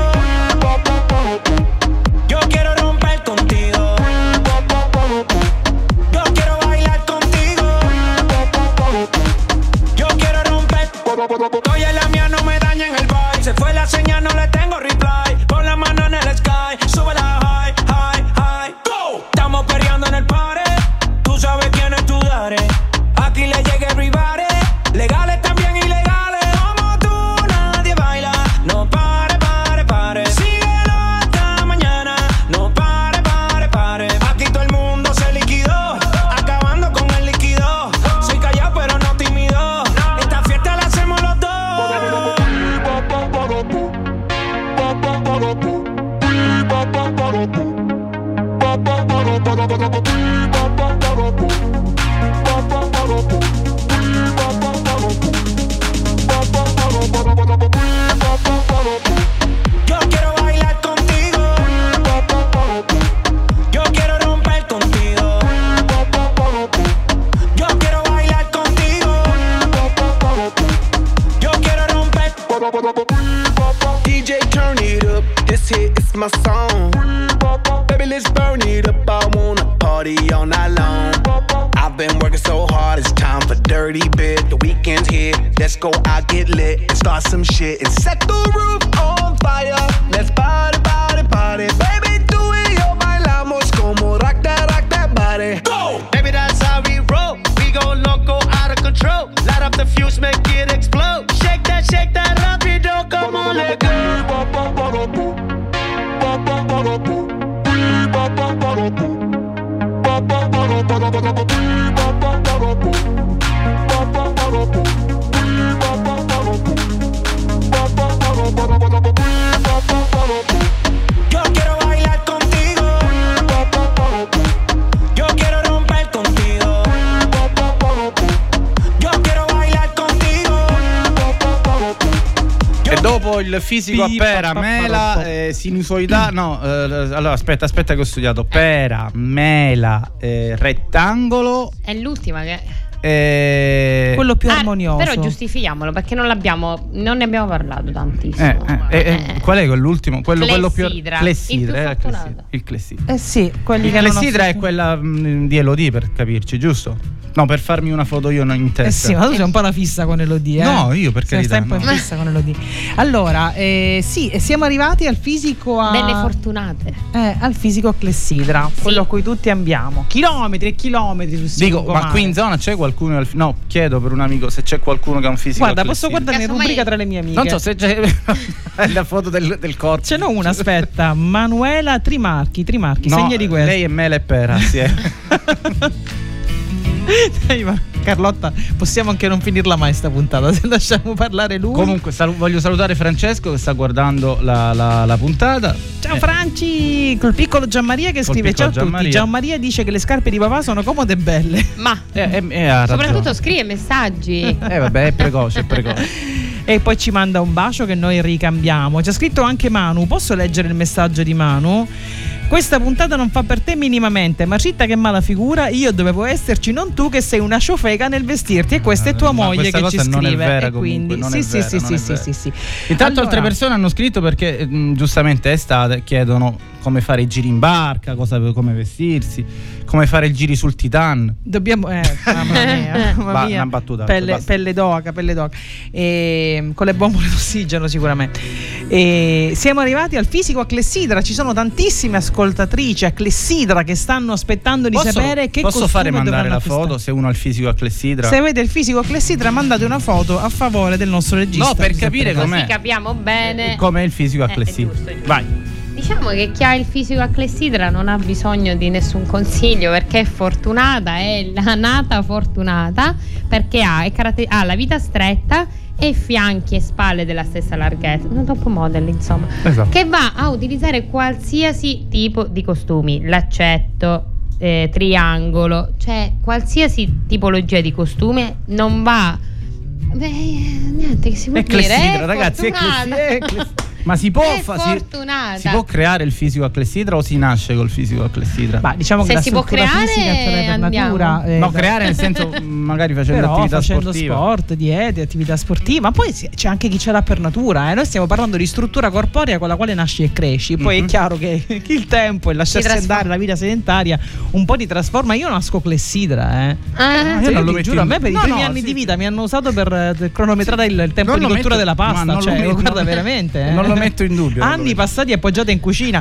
Yo quiero romper contigo. Yo quiero bailar contigo. Yo quiero romper. Oye, la mía no me daña en el vibe. Se fue la señal, no le tengo reply. Pon la mano en el sky. Sube la high, high, high. Go. Estamos peleando en el party. Tú sabes quién es tu daddy. Aquí le llega everybody. Legales también ilegales. Como tú nadie baila. No pare, pare, pare. Síguelo hasta mañana. No pare, pare, pare. Aquí todo el mundo se liquidó. Acabando con el líquido. Soy callado pero no tímido. Esta fiesta la hacemos los dos. Yo quiero bailar contigo. Yo quiero romper contigo. Yo quiero bailar contigo. Yo quiero romper. DJ, turn it up. This hit is my song. Baby, let's burn it up. I wanna party all night long. I've been working so hard, it's time for dirty bit. The weekend's here, let's go out, get lit and start some shit and set the roof on fire. Let's party, party, party. Baby, tú y yo bailamos como shake that rapido, come on, let go. Yo quiero bailar contigo. Yo quiero romper contigo. Yo quiero bailar contigo. E dopo il fisico a pera, mela, sinusoidà, no, allora aspetta che ho studiato. Pera, mela, rettangolo. È l'ultima che... quello più armonioso. Però giustifichiamolo perché non ne abbiamo parlato tantissimo. Qual è quell'ultimo? Quello più clessidra, il clessidra. Sì, quelli Il che clessidra è quella di Elodie, per capirci, giusto? No, per farmi una foto io in testa. Sì, ma tu sei un po' una fissa con Elodie. No, io per carità. Stai un po' in fissa con Elodie. Allora, sì, siamo arrivati al fisico a... Belle fortunate. Al fisico a clessidra, quello a cui tutti ambiamo. Chilometri e chilometri su Dico, ma qui in zona c'è qualcuno? No, chiedo per un amico se c'è qualcuno che ha un fisico. Guarda, a posso clessidra. guardare in rubrica tra le mie amiche. Non so se c'è la foto del corpo. Ce n'ho una, aspetta. Manuela Trimarchi, No, segna di questo. lei è mela e pera, sì. Dai, ma Carlotta, possiamo anche non finirla mai sta puntata se lasciamo parlare lui. Comunque voglio salutare Francesco che sta guardando la puntata. Ciao Franci, col piccolo Gianmaria che scrive: ciao a tutti. Gianmaria dice che le scarpe di papà sono comode e belle. Ma ha soprattutto ragione. scrive messaggi. Vabbè, è precoce. E poi ci manda un bacio che noi ricambiamo. C'è scritto anche Manu. Posso leggere il messaggio di Manu? Questa puntata non fa per te minimamente. Marcitta che mala figura. Io dovevo esserci, non tu che sei una ciofeca nel vestirti. E questa è tua moglie che ci scrive. Non è vera, e quindi comunque, sì. Intanto altre persone hanno scritto perché giustamente è estate, chiedono come fare i giri in barca, come vestirsi, come fare i giri sul Titan. Dobbiamo mamma mia. Una battuta. Pelle d'oca. Con le bombole d'ossigeno sicuramente. Siamo arrivati al fisico a clessidra. Ci sono tantissime ascoltatrici a clessidra che stanno aspettando di sapere che posso fare mandare la acquistare. foto se uno ha il fisico a clessidra? Se avete il fisico a clessidra mandate una foto a favore del nostro regista. No, per capire com'è. Così capiamo bene com'è il fisico a clessidra. Giusto. Vai. Diciamo che chi ha il fisico a clessidra non ha bisogno di nessun consiglio perché è fortunata, è la nata fortunata perché ha la vita stretta e fianchi e spalle della stessa larghezza, un top model insomma, esatto. Che va a utilizzare qualsiasi tipo di costumi, laccetto, triangolo, cioè qualsiasi tipologia di costume non va... niente che si può è dire, clessidra, ragazzi, è clessidra. Ma si può creare il fisico a clessidra o si nasce col fisico a clessidra? Ma diciamo che se la si può struttura creare, fisica ce l'hai per natura. No, creare nel senso magari facendo attività sportiva. Sport, diete, attività sportive, ma poi c'è anche chi ce l'ha per natura. Noi stiamo parlando di struttura corporea con la quale nasci e cresci. Poi è chiaro che il tempo e lasciarsi andare la vita sedentaria un po' ti trasforma. Io nasco clessidra, io non lo metto giuro, a me per i primi anni di vita mi hanno usato per cronometrare il tempo di cottura della pasta. Guarda, veramente. Non lo metto in dubbio. Anni passati appoggiate in cucina.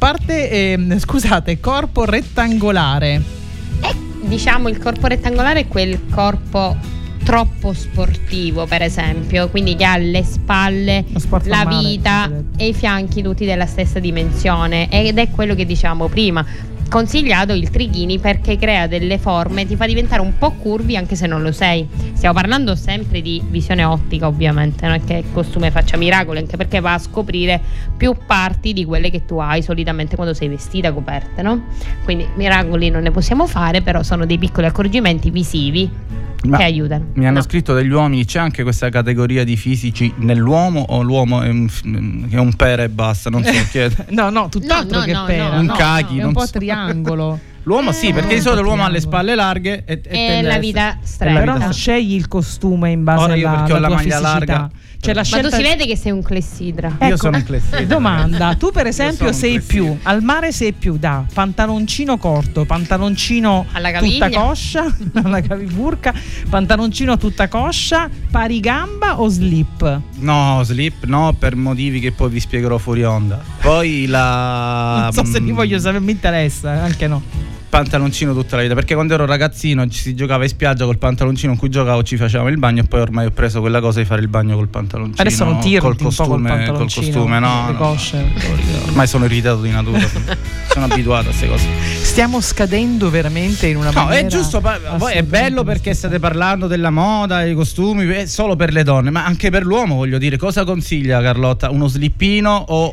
Corpo rettangolare. Diciamo il corpo rettangolare è quel corpo troppo sportivo, per esempio, quindi che ha le spalle, la vita e i fianchi tutti della stessa dimensione, ed è quello che diciamo prima. Consigliato il trighini perché crea delle forme, ti fa diventare un po' curvi anche se non lo sei. Stiamo parlando sempre di visione ottica, ovviamente, non è che il costume faccia miracoli, anche perché va a scoprire più parti di quelle che tu hai solitamente quando sei vestita coperte, no? Quindi miracoli non ne possiamo fare, però sono dei piccoli accorgimenti visivi che aiutano. Mi hanno scritto degli uomini, c'è anche questa categoria di fisici nell'uomo o l'uomo è un pera e basta? Non so, chiedo. No, tutt'altro che pera. Un cachi, è un po' triangolo. L'uomo sì, perché di solito l'uomo ha le spalle larghe e la vita stretta. Però non scegli il costume in base alla tua maglia fisicità. Larga. Cioè, ma tu si vede che sei un clessidra. Io sono un clessidra. Domanda: tu per esempio sei più al mare, sei più da pantaloncino corto, pantaloncino alla caviglia, tutta coscia, alla caviburca, pantaloncino tutta coscia, pari gamba o slip? No, slip no, per motivi che poi vi spiegherò fuori onda. Poi non so se li voglio sapere, mi interessa, anche no. pantaloncino tutta la vita, perché quando ero ragazzino ci si giocava in spiaggia col pantaloncino in cui giocavo, ci facevamo il bagno, e poi ormai ho preso quella cosa di fare il bagno col pantaloncino. Adesso non tiro col costume, col costume, no, le cosce. ormai sono irritato di natura, sono abituato a queste cose. Stiamo scadendo veramente in una maniera. No, è giusto, poi è bello perché state parlando della moda, dei costumi, è solo per le donne, ma anche per l'uomo, voglio dire, cosa consiglia Carlotta? Uno slippino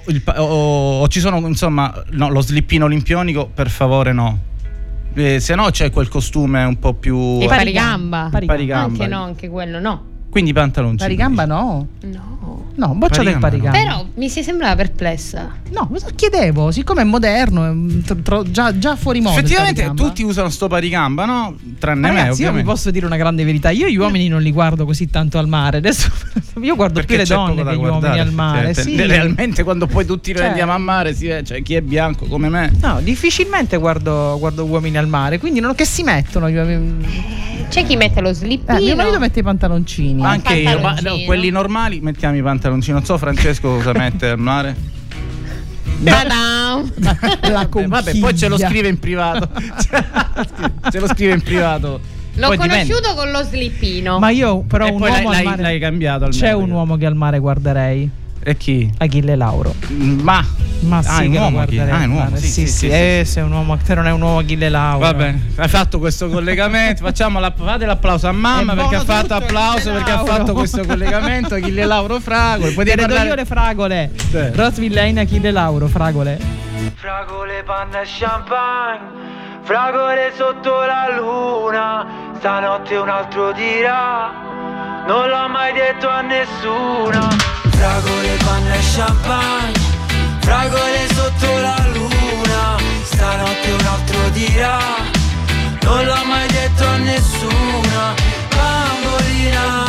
o ci sono, insomma, no, lo slippino olimpionico per favore no. Se no c'è quel costume un po' più E parigamba. Parigamba. Anche no, anche quello no. Quindi pantaloncini. Parigamba no. No, boccia del parigamba. Però mi si sembrava perplessa. No, chiedevo, siccome è moderno, è già fuori moda. Effettivamente tutti usano sto parigamba, no? Tranne me, Ragazzi, io vi ovviamente. posso dire una grande verità. Io gli uomini non li guardo così tanto al mare. Adesso io guardo Perché più le c'è donne poco da che gli guardare, uomini al mare. effettivamente. Sì. Realmente quando poi tutti noi Cioè. andiamo a mare, cioè chi è bianco come me. No, difficilmente guardo uomini al mare. Quindi che si mettono gli uomini. C'è chi mette lo slippino. Mio marito mette i pantaloncini. Anche io, ma pantaloncino. no, quelli normali mettiamo i pantaloncini. Non so Francesco cosa mette al mare. Ta-da! La Vabbè, poi ce lo scrive in privato. Ce lo scrive in privato. L'ho Poi conosciuto con lo slippino. Ma io però E un poi uomo al l'hai mare. cambiato al C'è mare. un uomo che al mare guarderei. E chi? Achille Lauro. Ma sì, è un che lo uomo, guarderei è al un uomo. mare. Sì, Sì. Se è un uomo, se non è un uomo Achille Lauro. Va bene, hai fatto questo collegamento. Fate l'applauso a mamma È perché ha buono fatto tutto, applauso Achille perché ha Lauro. fatto questo collegamento. Achille Lauro Fragole. Puoi Te le do parlare- io le fragole. Sì. Rottweiler, Achille Lauro, fragole. Fragole, panna e champagne, fragole sotto la luna, stanotte un altro dirà, non l'ho mai detto a nessuno. Fragole, panna e champagne, fragole sotto la luna, stanotte un altro dirà, non l'ho mai detto a nessuno. Bambolina,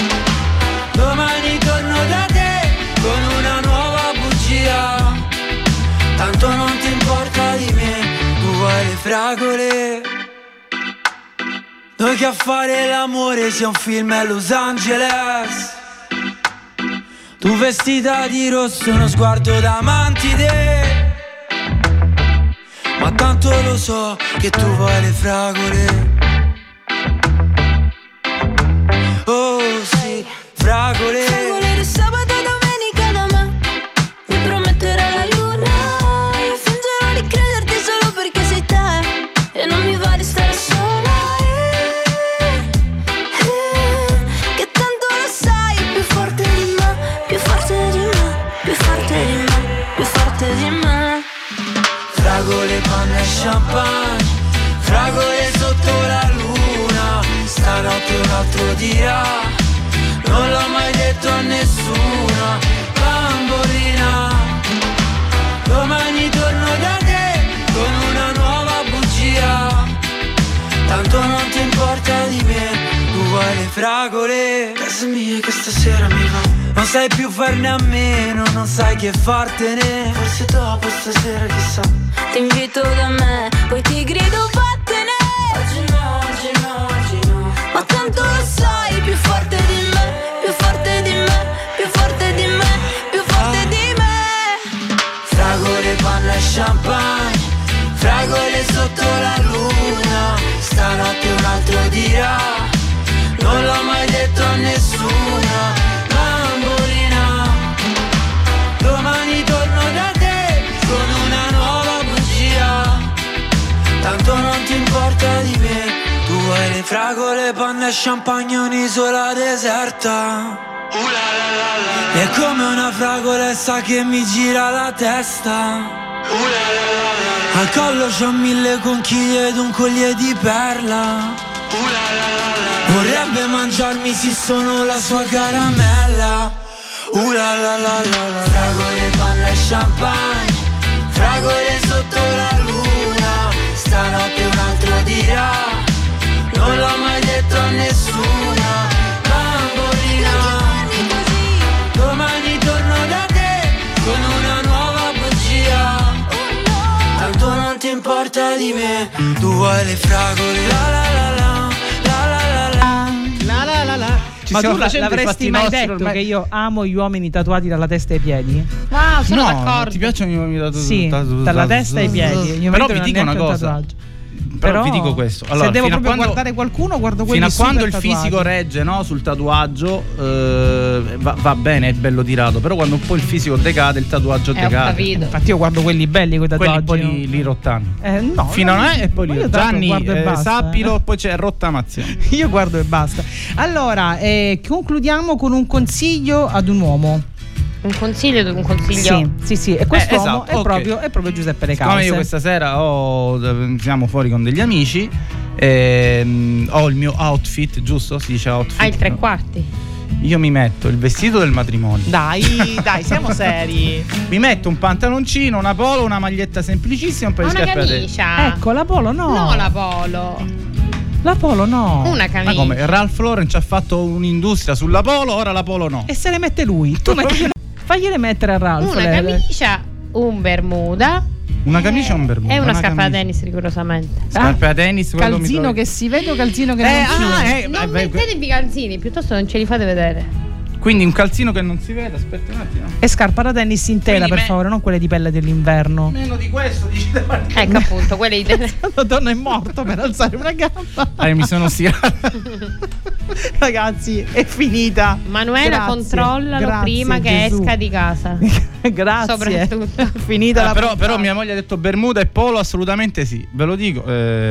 domani torno da te con una nuova bugia. Tanto non ti importa di me, tu vuoi le fragole. Noi che a fare l'amore sia un film a Los Angeles. Tu vestita di rosso, uno sguardo da mantide. Ma tanto lo so che tu vuoi le fragole. Oh sì, fragole. Fragole di sabato e domenica da me. Mi prometterai la luna. Io fingerò di crederti solo perché sei te. E non mi va di stare sola. Che tanto lo sai, più forte di me. Più forte di me. Più forte di me. Più forte di me. Fragole, panna e champagne, fragole sotto la luna, stanotte un altro dirà, non l'ho mai detto a nessuno. Bambolina, domani torno da te con una nuova bugia. Tanto non ti importa di me, tu vuoi le fragole. Casa mia che stasera mi va. Non sai più farne a meno, non sai che fartene. Forse dopo stasera chissà. Ti invito da me, poi ti grido vattene. Oggi no, oggi no, oggi no. Ma tanto lo sai, più forte di me, più forte di me, più forte di me, più forte di me. Fragole, panna e champagne, fragole sotto la luna, stanotte un altro dirà, non l'ho mai detto a nessuno. Bambolina, domani torno da te con una nuova bugia. Tanto non ti importa di me, tu vuoi le fragole, panna e champagne, un'isola deserta. È come una fragolessa che mi gira la testa. Al collo c'ho 1000 conchiglie ed un collier di perla. Vorrebbe mangiarmi se sono la sua caramella. Fragole, panna e champagne, fragole sotto la luna, stanotte un altro dirà, non l'ho mai detto a nessuno. Bambolina, domani torno da te con una nuova bugia. Tanto non ti importa di me, tu vuoi le fragole. La la la la, la la la la. La la la la. Ci Ma stiamo tu facendo i l'avresti fatti mai nostri detto ormai. che io amo gli uomini tatuati dalla testa ai piedi? Ah, sono No, d'accordo. ti piacciono gli uomini Sì, dalla testa ai piedi. Mio Però marito vi non dico ha una neanche un cosa. tatuaggio. però vi dico questo. Allora, se devo fino a proprio quando, guardare qualcuno, guardo quelli fino a quando super il tatuati. fisico regge, no, sul tatuaggio, va bene, è bello tirato, però quando un po' il fisico decade, il tatuaggio Ho decade. capito. Infatti io guardo quelli belli con i Quelli tatuaggi. poi li rottano. No, Fino a noi e poi io lì. tanto Gianni, guardo e basta, sappilo, poi c'è rottamazione. Io guardo e basta. Allora, concludiamo con un consiglio ad un uomo. Un consiglio? Sì. E quest'uomo esatto, è proprio Giuseppe Le Siccome Cause. io questa sera siamo fuori con degli amici, ho il mio outfit, giusto? Si dice outfit. Hai il 3/4. Io mi metto il vestito del matrimonio. Dai, siamo seri. Mi metto un pantaloncino, una polo, una maglietta semplicissima, un paio di Una scarpe. camicia. Ecco, la polo no. No, la polo. La polo no. Una camicia. Ma come? Ralph Lauren ci ha fatto un'industria sulla polo, ora la polo no. E se le mette lui. Tu fagliele mettere a Ralph. Una camicia, un bermuda. Una camicia o un bermuda? E una scarpa da camicia. tennis rigorosamente. Scarpe da tennis, quello mi Calzino trovi- che si vede o calzino che non si vede? Non mettetevi calzini, piuttosto non ce li fate vedere. Quindi un calzino che non si vede, aspetta un attimo. E scarpa da tennis intera, Quindi per favore, non quelle di pelle dell'inverno. Meno di questo, dici. Ecco appunto, quelle di La donna è morta per alzare una gamba. Mi sono stirato. Ragazzi, è finita. Manuela, Grazie. controllalo Grazie, prima che Gesù. esca di casa. Grazie. Soprattutto. È finita la però puntata. mia moglie ha detto bermuda e polo, assolutamente sì, ve lo dico.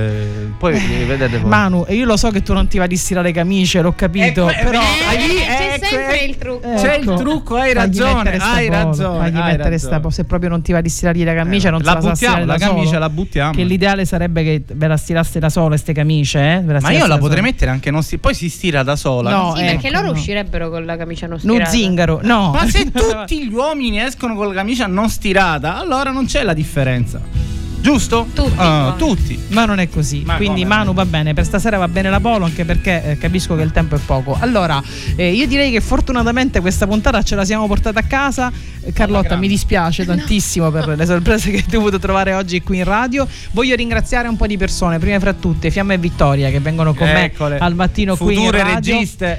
Poi vedete voi. Manu, e io lo so che tu non ti va di stirare camicie, l'ho capito. Però c'è sempre il trucco. C'è il trucco, hai ragione, hai ragione. Fagli hai mettere ragione. sta se proprio non ti va di stirare la camicia, non La se la sa buttiamo, stirare la da camicia solo. la buttiamo. Che l'ideale sarebbe che ve la stiraste da sola ste camicie, Ma io la potrei mettere anche non poi si stira da sola. No, Sì, perché ecco, loro no. uscirebbero con la camicia non No stirata. zingaro, no. Ma se tutti gli uomini escono con la camicia non stirata, allora non c'è la differenza. Giusto? Tutti. Ma non è così. Ma quindi come? Manu va bene, per stasera va bene la polo, anche perché capisco che il tempo è poco. Allora, io direi che fortunatamente questa puntata ce la siamo portata a casa. Carlotta, mi dispiace tantissimo per le sorprese che hai dovuto trovare oggi qui in radio. Voglio ringraziare un po' di persone, prima fra tutte Fiamma e Vittoria, che vengono con Eccole. me al mattino qui in Future radio. registe.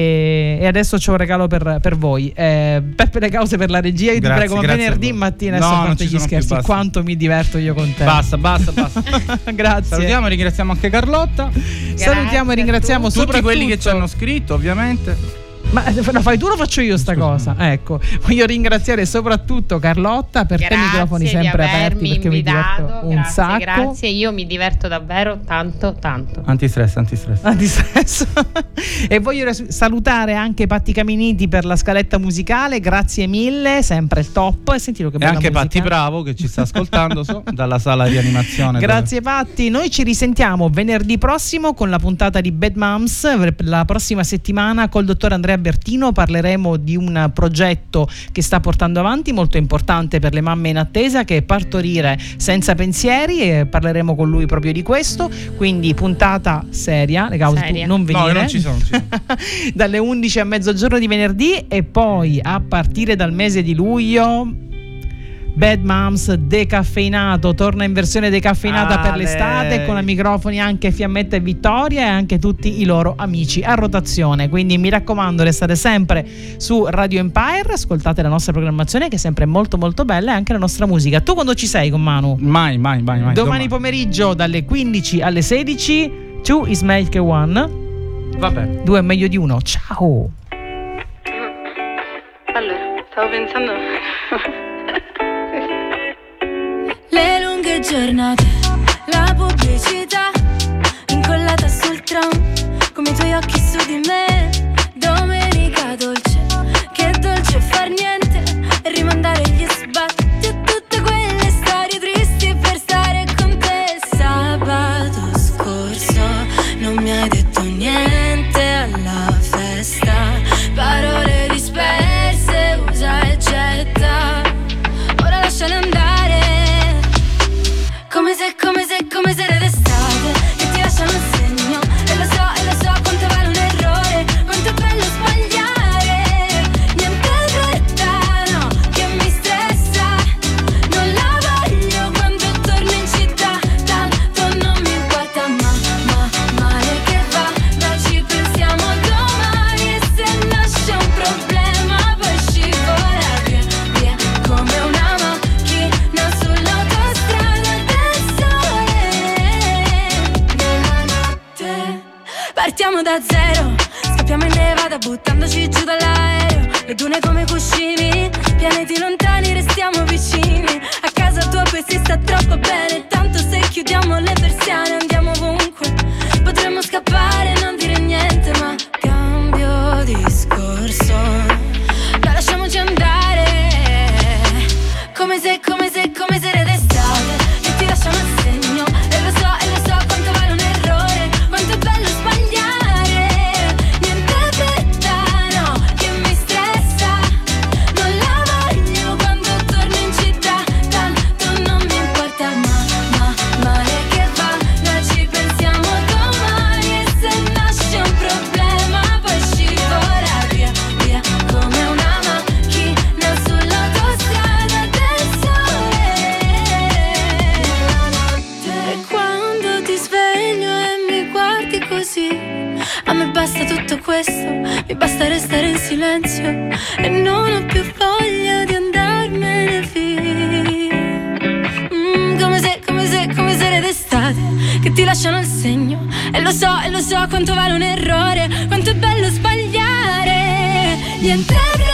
E adesso c'ho un regalo per voi. Peppe Le Cause per la regia. Io Grazie, ti prego, ma grazie venerdì a voi. mattina, No, adesso a non parte ci gli sono più, scherzi, basta. quanto mi diverto io con te. Basta. Grazie. Salutiamo e ringraziamo anche Carlotta. Salutiamo e ringraziamo Tutti soprattutto quelli che ci hanno scritto, ovviamente. Ma lo fai tu o lo faccio io sta cosa? Ecco, voglio ringraziare soprattutto Carlotta, per te microfoni Grazie sempre di avermi aperti, perché mi invitato. diverto un Grazie, sacco. grazie, io mi diverto davvero tanto. Antistress. Antistress. E voglio salutare anche Patti Caminiti per la scaletta musicale, grazie mille, sempre il top. E sentilo che E bella anche musica. Patti Bravo che ci sta ascoltando dalla sala rianimazione. Grazie Patti, noi ci risentiamo venerdì prossimo con la puntata di Bad Moms. La prossima settimana col dottor Andrea Bertino parleremo di un progetto che sta portando avanti, molto importante per le mamme in attesa, che è Partorire senza pensieri, e parleremo con lui proprio di questo. Quindi puntata seria, Le Cause, Seria. tu non venire. No, io non ci sono. Dalle 11 a mezzogiorno di venerdì, e poi a partire dal mese di luglio Bad Moms decaffeinato, torna in versione decaffeinata per l'estate, con ai microfoni anche Fiammetta e Vittoria e anche tutti i loro amici a rotazione. Quindi mi raccomando, restate sempre su Radio Empire, ascoltate la nostra programmazione che è sempre molto molto bella, e anche la nostra musica. Tu quando ci sei con Manu? Mai. Domani pomeriggio dalle 15 alle 16. 2 is meglio che 1. Vabbè. 2 è meglio di 1. Ciao. Allora, stavo pensando. Le lunghe giornate, la pubblicità incollata sul tram, come i tuoi occhi su di me. Domenica dolce, che dolce far niente e rimandare gli sbatti a tutte quelle storie tristi per stare con te. Sabato scorso non mi hai detto niente alla festa, parole disperse, usa e getta. Ora lasciale andare, come se era d'estate, che ti lasciano un segno. E lo so quanto vale un errore, da zero. Scappiamo in Nevada buttandoci giù dall'aereo. Le dune come cuscini, pianeti lontani restiamo vicini. A casa tua poi si sta troppo bene, tanto se chiudiamo le persiane andiamo ovunque. Potremmo scappare e non dire niente, ma cambio discorso. Dai, lasciamoci andare. Come se era d'estate, che ti lasciano il segno. E lo so quanto vale un errore, quanto è bello sbagliare. Niente fretta, no, che mi stressa. Non la voglio quando torno in città, tanto non mi importa. Ma male che va, noi ci pensiamo domani. E se nasce un problema poi scivola via, via come una macchina sull'autostrada del sole. E quando ti sveglio e mi guardi così, a me basta tutto questo, mi basta restare in silenzio e non ho più voglia di andarmene via. Come se era d'estate, che ti lasciano il segno. E lo so quanto vale un errore, quanto è bello sbagliare. Niente